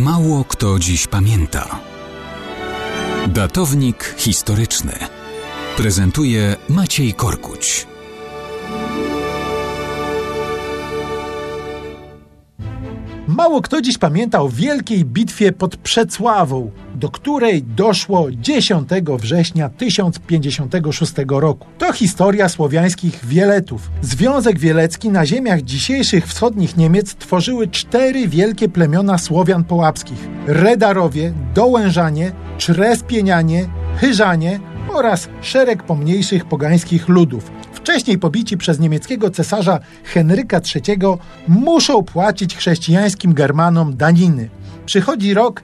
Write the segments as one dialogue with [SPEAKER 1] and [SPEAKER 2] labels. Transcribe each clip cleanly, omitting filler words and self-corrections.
[SPEAKER 1] Mało kto dziś pamięta. Datownik historyczny prezentuje Maciej Korkuć.
[SPEAKER 2] Mało kto dziś pamięta o wielkiej bitwie pod Przecławą, do której doszło 10 września 1056 roku. To historia słowiańskich Wieletów. Związek Wielecki na ziemiach dzisiejszych wschodnich Niemiec tworzyły 4 wielkie plemiona Słowian połapskich: Redarowie, Dołężanie, Czrespienianie, Chyżanie oraz szereg pomniejszych pogańskich ludów. Wcześniej pobici przez niemieckiego cesarza Henryka III muszą płacić chrześcijańskim Germanom daniny. Przychodzi rok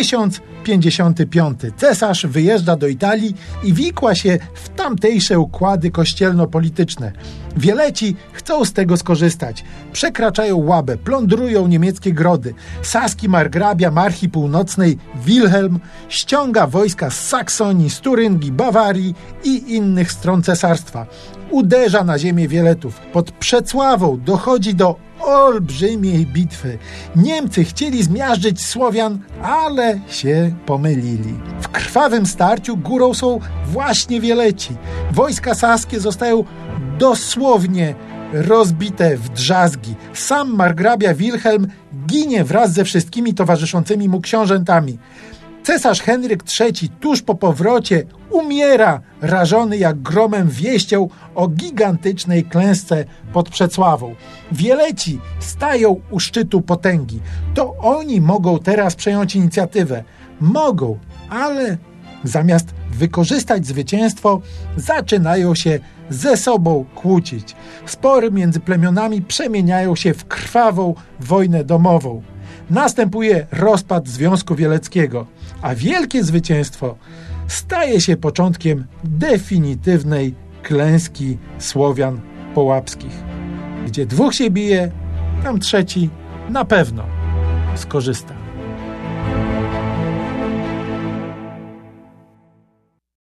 [SPEAKER 2] 1055. Cesarz wyjeżdża do Italii i wikła się w tamtejsze układy kościelno-polityczne. Wieleci chcą z tego skorzystać. Przekraczają Łabę, plądrują niemieckie grody. Saski margrabia Marchi Północnej Wilhelm ściąga wojska z Saksonii, z Turyngii, Bawarii i innych stron cesarstwa. Uderza na ziemię Wieletów. Pod Przecławą dochodzi do olbrzymiej bitwy. Niemcy chcieli zmiażdżyć Słowian, ale się pomylili. W krwawym starciu górą są właśnie Wieleci. Wojska saskie zostają dosłownie rozbite w drzazgi. Sam margrabia Wilhelm ginie wraz ze wszystkimi towarzyszącymi mu książętami. Cesarz Henryk III tuż po powrocie umiera, rażony jak gromem wieścią o gigantycznej klęsce pod Przecławą. Wieleci stają u szczytu potęgi. To oni mogą teraz przejąć inicjatywę. Mogą, ale zamiast wykorzystać zwycięstwo, zaczynają się ze sobą kłócić. Spory między plemionami przemieniają się w krwawą wojnę domową. Następuje rozpad Związku Wieleckiego, a wielkie zwycięstwo staje się początkiem definitywnej klęski Słowian połapskich. Gdzie 2 się bije, tam 3 na pewno skorzysta.